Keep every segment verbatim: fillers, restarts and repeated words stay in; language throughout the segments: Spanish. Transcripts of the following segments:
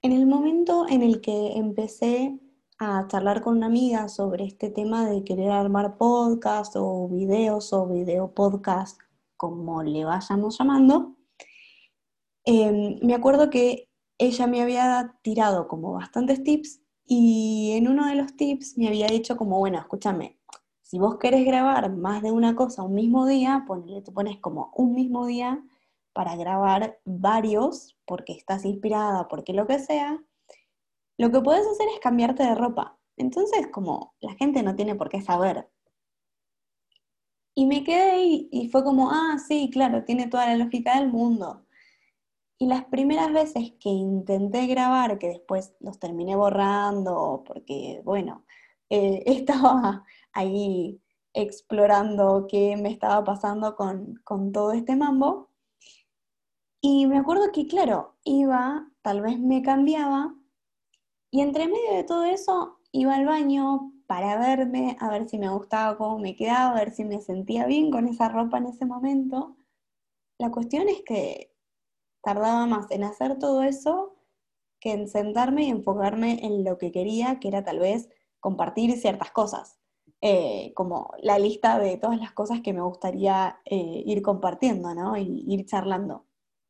En el momento en el que empecé a charlar con una amiga sobre este tema de querer armar podcast o videos o video podcast, como le vayamos llamando, eh, me acuerdo que ella me había tirado como bastantes tips y en uno de los tips me había dicho como, bueno, escúchame, si vos querés grabar más de una cosa un mismo día, ponele, te pones como un mismo día para grabar varios, porque estás inspirada, porque lo que sea, lo que puedes hacer es cambiarte de ropa. Entonces, como la gente no tiene por qué saber. Y me quedé ahí y fue como, ah, sí, claro, tiene toda la lógica del mundo. Y las primeras veces que intenté grabar, que después los terminé borrando, porque, bueno, eh, estaba ahí explorando qué me estaba pasando con, con todo este mambo. Y me acuerdo que, claro, iba, tal vez me cambiaba, y entre medio de todo eso iba al baño para verme, a ver si me gustaba cómo me quedaba, a ver si me sentía bien con esa ropa en ese momento. La cuestión es que tardaba más en hacer todo eso que en sentarme y enfocarme en lo que quería, que era tal vez compartir ciertas cosas, eh, como la lista de todas las cosas que me gustaría eh, ir compartiendo, ¿no? Y ir charlando.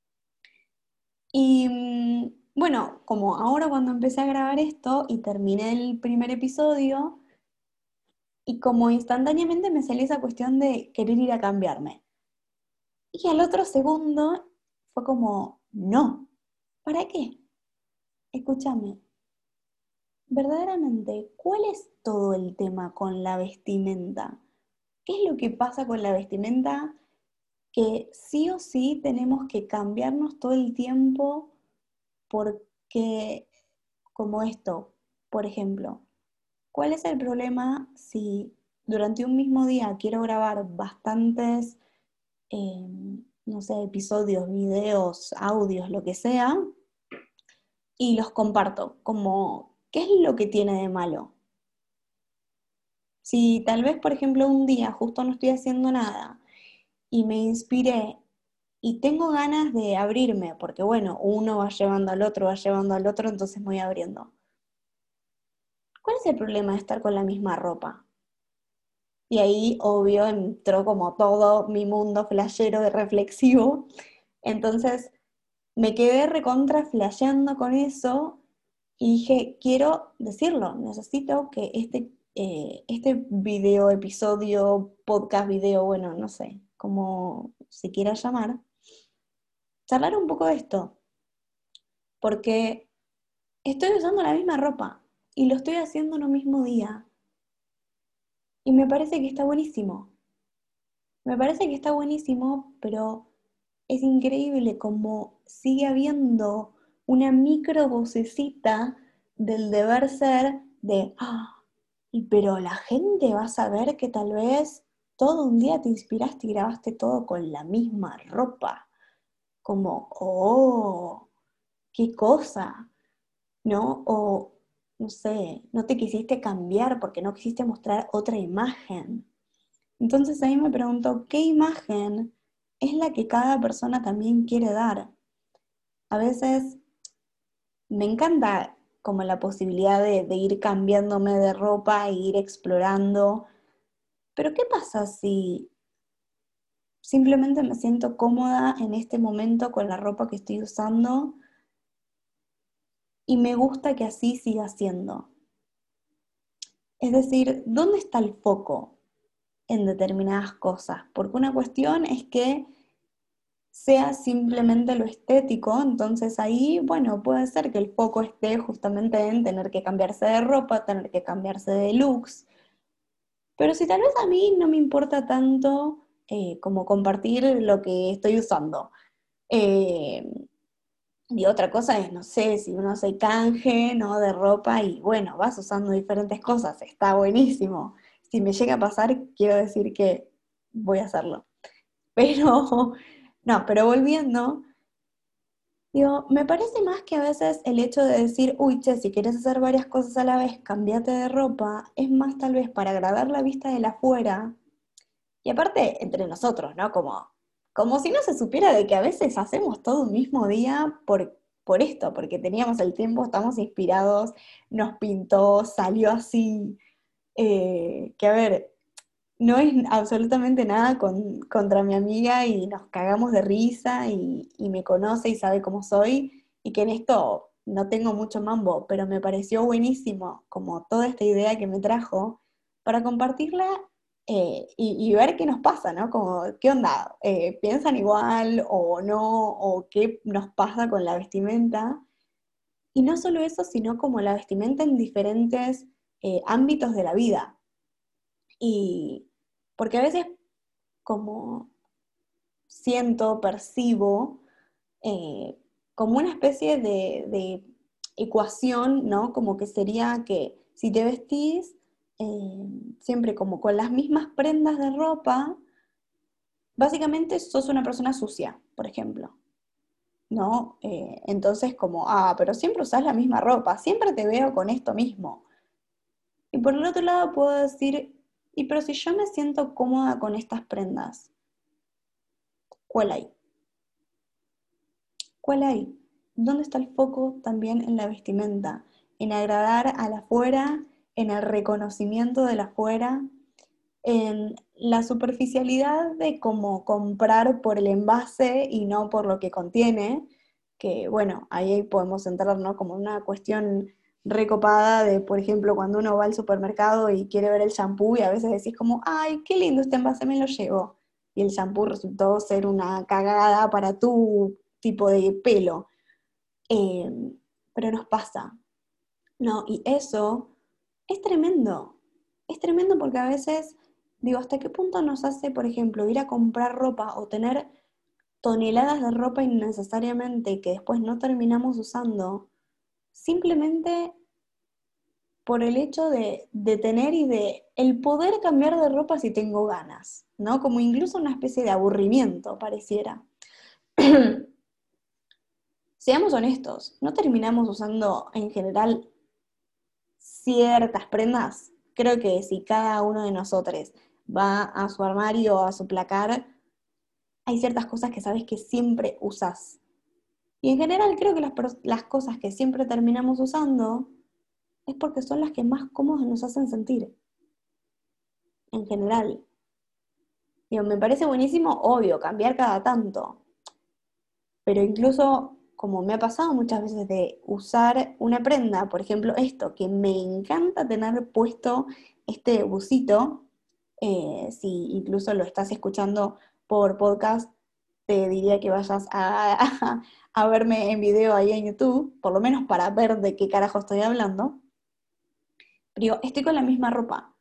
Y mm, bueno, como ahora cuando empecé a grabar esto y terminé el primer episodio, y como instantáneamente me salió esa cuestión de querer ir a cambiarme. Y al otro segundo fue como, no, ¿para qué? Escúchame, verdaderamente, ¿cuál es todo el tema con la vestimenta? ¿Qué es lo que pasa con la vestimenta que sí o sí tenemos que cambiarnos todo el tiempo porque, como esto, por ejemplo, ¿cuál es el problema si durante un mismo día quiero grabar bastantes, eh, no sé, episodios, videos, audios, lo que sea, y los comparto? Como, ¿qué es lo que tiene de malo? Si tal vez, por ejemplo, un día justo no estoy haciendo nada y me inspiré y tengo ganas de abrirme, porque bueno, uno va llevando al otro, va llevando al otro, entonces me voy abriendo. ¿Cuál es el problema de estar con la misma ropa? Y ahí, obvio, entró como todo mi mundo flashero de reflexivo. Entonces me quedé recontra flasheando con eso y dije, quiero decirlo, necesito que este, eh, este video, episodio, podcast, video, bueno, no sé, como se quiera llamar, charlar un poco de esto, porque estoy usando la misma ropa y lo estoy haciendo en un mismo día y me parece que está buenísimo. Me parece que está buenísimo, pero es increíble como sigue habiendo una micro vocecita del deber ser de, ah, y pero la gente va a saber que tal vez todo un día te inspiraste y grabaste todo con la misma ropa. Como, oh, qué cosa, ¿no? O, no sé, no te quisiste cambiar porque no quisiste mostrar otra imagen. Entonces ahí me pregunto, ¿qué imagen es la que cada persona también quiere dar? A veces me encanta como la posibilidad de, de ir cambiándome de ropa e ir explorando, pero ¿qué pasa si simplemente me siento cómoda en este momento con la ropa que estoy usando y me gusta que así siga siendo? Es decir, ¿dónde está el foco en determinadas cosas? Porque una cuestión es que sea simplemente lo estético, entonces ahí, bueno, puede ser que el foco esté justamente en tener que cambiarse de ropa, tener que cambiarse de looks, pero si tal vez a mí no me importa tanto eh, como compartir lo que estoy usando. Eh, y otra cosa es, no sé, si uno hace canje, ¿no? De ropa y bueno, vas usando diferentes cosas, está buenísimo. Si me llega a pasar, quiero decir que voy a hacerlo. Pero, no, pero volviendo. Digo, me parece más que a veces el hecho de decir, uy, che, si quieres hacer varias cosas a la vez, cambiate de ropa, es más tal vez para agradar la vista de la afuera. Y aparte, entre nosotros, ¿no? Como, como si no se supiera de que a veces hacemos todo un mismo día por, por esto, porque teníamos el tiempo, estamos inspirados, nos pintó, salió así, eh, que a ver, no es absolutamente nada con- contra mi amiga y nos cagamos de risa y, y me conoce y sabe cómo soy y que en esto no tengo mucho mambo, pero me pareció buenísimo como toda esta idea que me trajo para compartirla eh, y, y ver qué nos pasa, ¿no? Como, ¿qué onda? Eh, ¿piensan igual o no? ¿O qué nos pasa con la vestimenta? Y no solo eso, sino como la vestimenta en diferentes eh, ámbitos de la vida. Y porque a veces como siento, percibo, eh, como una especie de, de ecuación, ¿no? Como que sería que si te vestís eh, siempre como con las mismas prendas de ropa, básicamente sos una persona sucia, por ejemplo, ¿no? Eh, entonces como, ah, pero siempre usás la misma ropa, siempre te veo con esto mismo. Y por el otro lado puedo decir, y pero si yo me siento cómoda con estas prendas, ¿cuál hay? ¿Cuál hay? ¿Dónde está el foco también en la vestimenta? En agradar a la afuera, en el reconocimiento de la afuera, en la superficialidad de cómo comprar por el envase y no por lo que contiene, que bueno, ahí podemos entrar, ¿no? Como una cuestión recopada de, por ejemplo, cuando uno va al supermercado y quiere ver el shampoo y a veces decís como, ay, qué lindo este envase, me lo llevo. Y el shampoo resultó ser una cagada para tu tipo de pelo. Eh, pero nos pasa, ¿no? Y eso es tremendo. Es tremendo porque a veces, digo, ¿hasta qué punto nos hace, por ejemplo, ir a comprar ropa o tener toneladas de ropa innecesariamente que después no terminamos usando, simplemente por el hecho de, de tener y de el poder cambiar de ropa si tengo ganas, ¿no? Como incluso una especie de aburrimiento, pareciera. Seamos honestos, no terminamos usando en general ciertas prendas. Creo que si cada uno de nosotros va a su armario o a su placar, hay ciertas cosas que sabes que siempre usas. Y en general creo que las, las cosas que siempre terminamos usando es porque son las que más cómodas nos hacen sentir. En general. Digo, me parece buenísimo, obvio, cambiar cada tanto. Pero incluso, como me ha pasado muchas veces de usar una prenda, por ejemplo, esto, que me encanta tener puesto este busito, eh, si incluso lo estás escuchando por podcast, te diría que vayas a, a, a verme en video ahí en YouTube, por lo menos para ver de qué carajo estoy hablando. Pero digo, estoy con la misma ropa.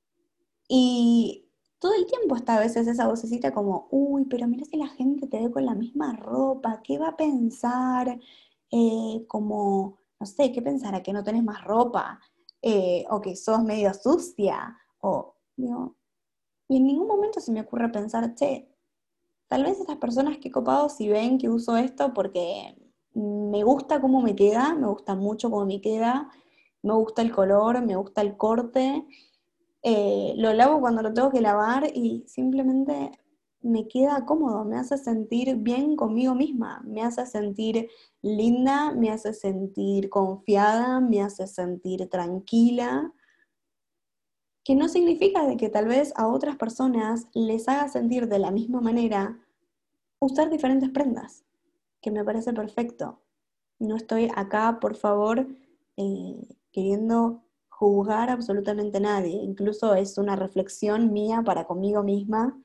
Y todo el tiempo está a veces esa vocecita como, uy, pero mira si la gente te ve con la misma ropa, ¿qué va a pensar? Eh, como, no sé, ¿qué pensará? ¿Que no tenés más ropa? Eh, o que sos medio sucia. O, digo, y en ningún momento se me ocurre pensar, che, tal vez estas personas que copado si ven que uso esto porque me gusta cómo me queda, me gusta mucho cómo me queda, me gusta el color, me gusta el corte, eh, lo lavo cuando lo tengo que lavar y simplemente me queda cómodo, me hace sentir bien conmigo misma, me hace sentir linda, me hace sentir confiada, me hace sentir tranquila, que no significa de que tal vez a otras personas les haga sentir de la misma manera usar diferentes prendas, que me parece perfecto. No estoy acá, por favor, eh, queriendo juzgar absolutamente a nadie. Incluso es una reflexión mía para conmigo misma.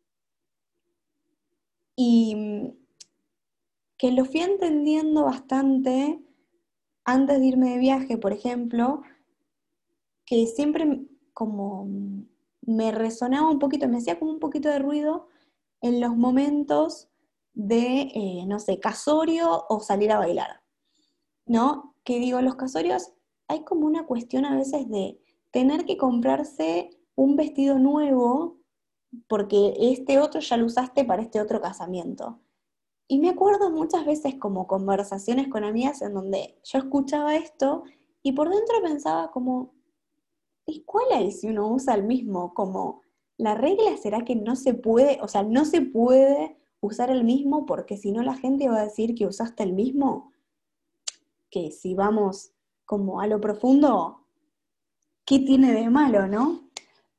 Y mm, que lo fui entendiendo bastante antes de irme de viaje, por ejemplo, que siempre como mm, me resonaba un poquito, me hacía como un poquito de ruido en los momentos de, eh, no sé, casorio o salir a bailar. ¿No? Que digo, los casorios hay como una cuestión a veces de tener que comprarse un vestido nuevo porque este otro ya lo usaste para este otro casamiento. Y me acuerdo muchas veces como conversaciones con amigas en donde yo escuchaba esto y por dentro pensaba como, ¿y cuál hay si uno usa el mismo? Como, ¿la regla será que no se puede, o sea, no se puede usar el mismo porque si no la gente va a decir que usaste el mismo? que si vamos como a lo profundo, ¿qué tiene de malo, no?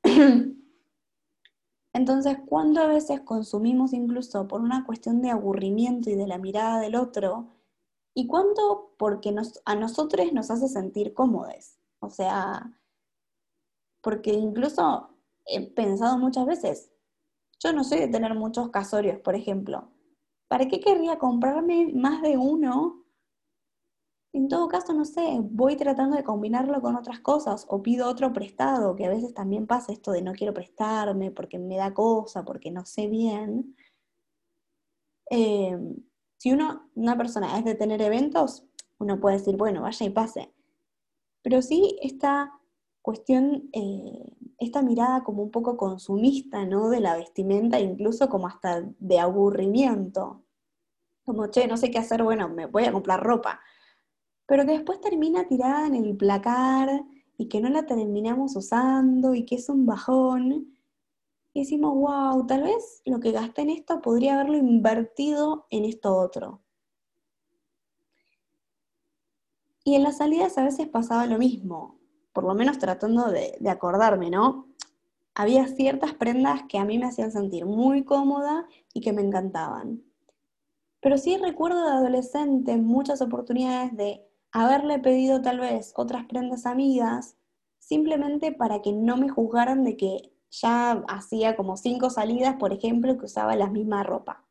Entonces, ¿cuántas veces consumimos incluso por una cuestión de aburrimiento y de la mirada del otro? ¿Y cuánto porque nos, a nosotros nos hace sentir cómodos? O sea, porque incluso he pensado muchas veces, yo no soy de tener muchos casorios, por ejemplo. ¿Para qué querría comprarme más de uno? En todo caso, no sé, voy tratando de combinarlo con otras cosas o pido otro prestado, que a veces también pasa esto de no quiero prestarme porque me da cosa, porque no sé bien. Eh, si uno, una persona es de tener eventos, uno puede decir, bueno, vaya y pase. Pero sí esta cuestión, eh, esta mirada como un poco consumista, ¿no? De la vestimenta, incluso como hasta de aburrimiento. Como, che, no sé qué hacer, bueno, me voy a comprar ropa. Pero que después termina tirada en el placar y que no la terminamos usando y que es un bajón. Y decimos, wow, tal vez lo que gasté en esto podría haberlo invertido en esto otro. Y en las salidas a veces pasaba lo mismo, por lo menos tratando de, de acordarme, ¿no? Había ciertas prendas que a mí me hacían sentir muy cómoda y que me encantaban. Pero sí recuerdo de adolescente muchas oportunidades de haberle pedido tal vez otras prendas a amigas, simplemente para que no me juzgaran de que ya hacía como cinco salidas, por ejemplo, que usaba la misma ropa.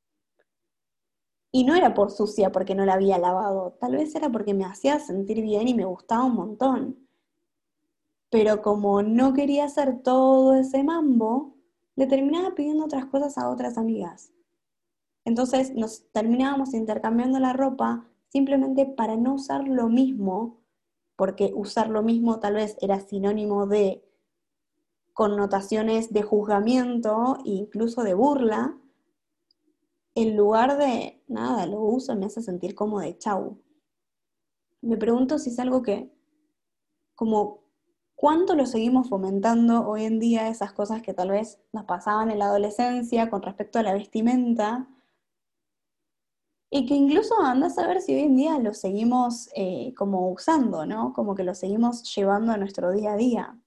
Y no era por sucia porque no la había lavado, tal vez era porque me hacía sentir bien y me gustaba un montón. Pero como no quería hacer todo ese mambo, le terminaba pidiendo otras cosas a otras amigas. Entonces nos terminábamos intercambiando la ropa simplemente para no usar lo mismo, porque usar lo mismo tal vez era sinónimo de connotaciones de juzgamiento e incluso de burla, en lugar de, nada, lo uso, me hace sentir como de chau. Me pregunto si es algo que, como, ¿cuánto lo seguimos fomentando hoy en día esas cosas que tal vez nos pasaban en la adolescencia con respecto a la vestimenta? Y que incluso anda a saber si hoy en día lo seguimos eh, como usando, ¿no? Como que lo seguimos llevando a nuestro día a día.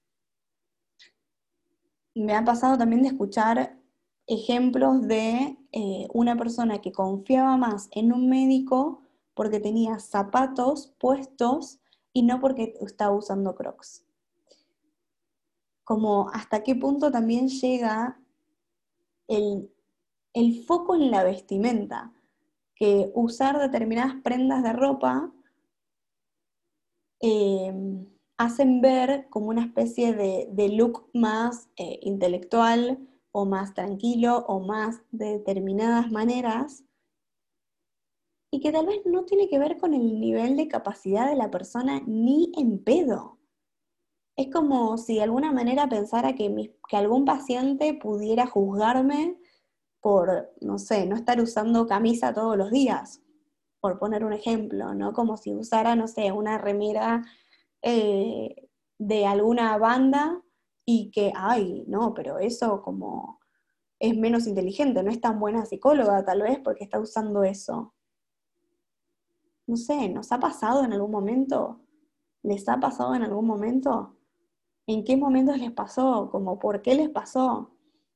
Me ha pasado también de escuchar ejemplos de eh, una persona que confiaba más en un médico porque tenía zapatos puestos y no porque estaba usando Crocs. Como hasta qué punto también llega el, el foco en la vestimenta, que usar determinadas prendas de ropa eh, hacen ver como una especie de, de look más eh, intelectual o más tranquilo o más de determinadas maneras y que tal vez no tiene que ver con el nivel de capacidad de la persona ni en pedo. Es como si de alguna manera pensara que, mi- que algún paciente pudiera juzgarme por, no sé, no estar usando camisa todos los días, por poner un ejemplo, ¿no? Como si usara, no sé, una remera eh, de alguna banda y que, ay, no, pero eso como es menos inteligente, no es tan buena psicóloga tal vez porque está usando eso. No sé, ¿nos ha pasado en algún momento? ¿Les ha pasado en algún momento? ¿En qué momentos les pasó? ¿Como por qué les pasó?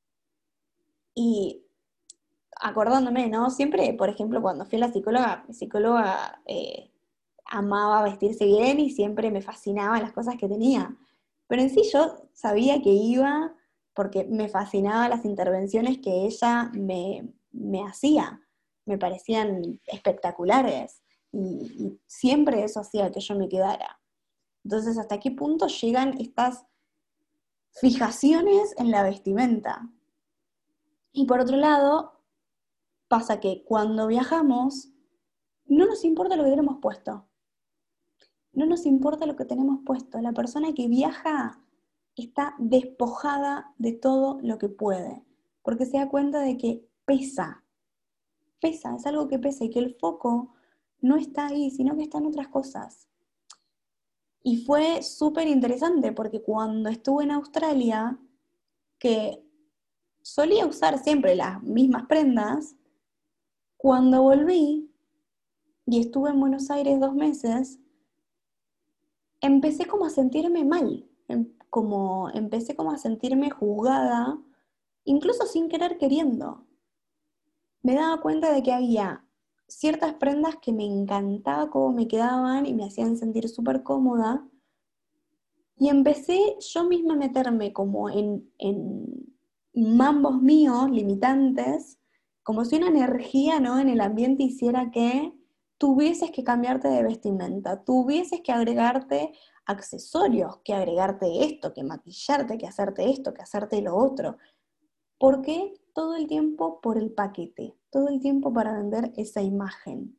Y acordándome, ¿no? Siempre, por ejemplo, cuando fui a la psicóloga, mi psicóloga eh, amaba vestirse bien y siempre me fascinaban las cosas que tenía. Pero en sí yo sabía que iba porque me fascinaban las intervenciones que ella me, me hacía. Me parecían espectaculares y, y siempre eso hacía que yo me quedara. Entonces, ¿hasta qué punto llegan estas fijaciones en la vestimenta? Y por otro lado, pasa que cuando viajamos, no nos importa lo que tenemos puesto. No nos importa lo que tenemos puesto. La persona que viaja está despojada de todo lo que puede, porque se da cuenta de que pesa, pesa, es algo que pesa y que el foco no está ahí, sino que está en otras cosas. Y fue súper interesante porque cuando estuve en Australia, que solía usar siempre las mismas prendas, cuando volví y estuve en Buenos Aires dos meses, empecé como a sentirme mal, em- como empecé como a sentirme juzgada, incluso sin querer queriendo. Me daba cuenta de que había ciertas prendas que me encantaba cómo me quedaban y me hacían sentir súper cómoda, y empecé yo misma a meterme como en, en mambos míos, limitantes, como si una energía, ¿no?, en el ambiente hiciera que tuvieses que cambiarte de vestimenta, tuvieses que agregarte accesorios, que agregarte esto, que maquillarte, que hacerte esto, que hacerte lo otro. ¿Por qué? Todo el tiempo por el paquete, todo el tiempo para vender esa imagen.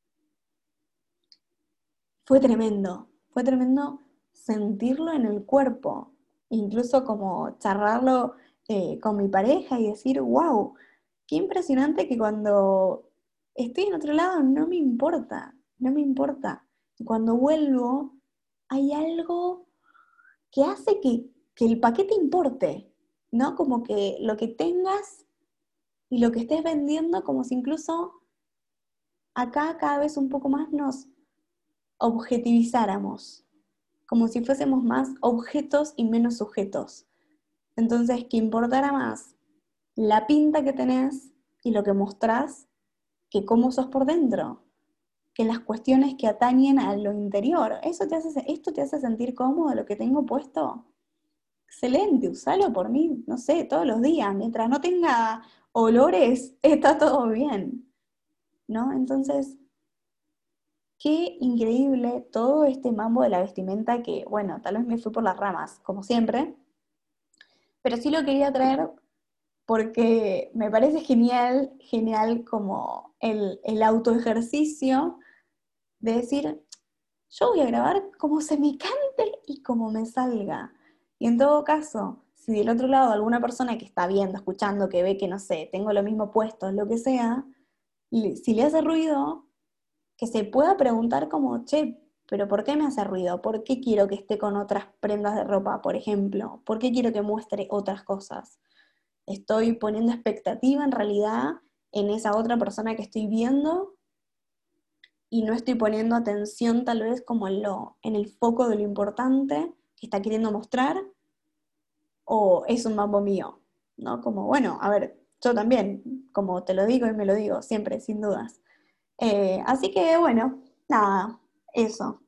Fue tremendo, fue tremendo sentirlo en el cuerpo, incluso como charlarlo eh, con mi pareja y decir, wow, qué impresionante que cuando estoy en otro lado no me importa, no me importa. Y cuando vuelvo hay algo que hace que, que el paquete importe, ¿no? Como que lo que tengas y lo que estés vendiendo, como si incluso acá cada vez un poco más nos objetivizáramos, como si fuésemos más objetos y menos sujetos. Entonces, que importara más la pinta que tenés y lo que mostrás que cómo sos por dentro, que las cuestiones que atañen a lo interior. Eso te hace, esto te hace sentir cómodo, lo que tengo puesto. Excelente, usalo por mí, no sé, todos los días. Mientras no tenga olores, está todo bien, ¿no? Entonces, qué increíble todo este mambo de la vestimenta que, bueno, tal vez me fui por las ramas, como siempre, pero sí lo quería traer porque me parece genial, genial como el, el autoejercicio de decir, yo voy a grabar como se me cante y como me salga. Y en todo caso, si del otro lado alguna persona que está viendo, escuchando, que ve que, no sé, tengo lo mismo puesto, lo que sea, si le hace ruido, que se pueda preguntar como, che, pero ¿por qué me hace ruido? ¿Por qué quiero que esté con otras prendas de ropa, por ejemplo? ¿Por qué quiero que muestre otras cosas? ¿Estoy poniendo expectativa en realidad en esa otra persona que estoy viendo y no estoy poniendo atención tal vez como en, lo, en el foco de lo importante que está queriendo mostrar? ¿O es un mambo mío? ¿No? Como, bueno, a ver, yo también, como te lo digo y me lo digo siempre, sin dudas. Eh, así que bueno, nada, eso.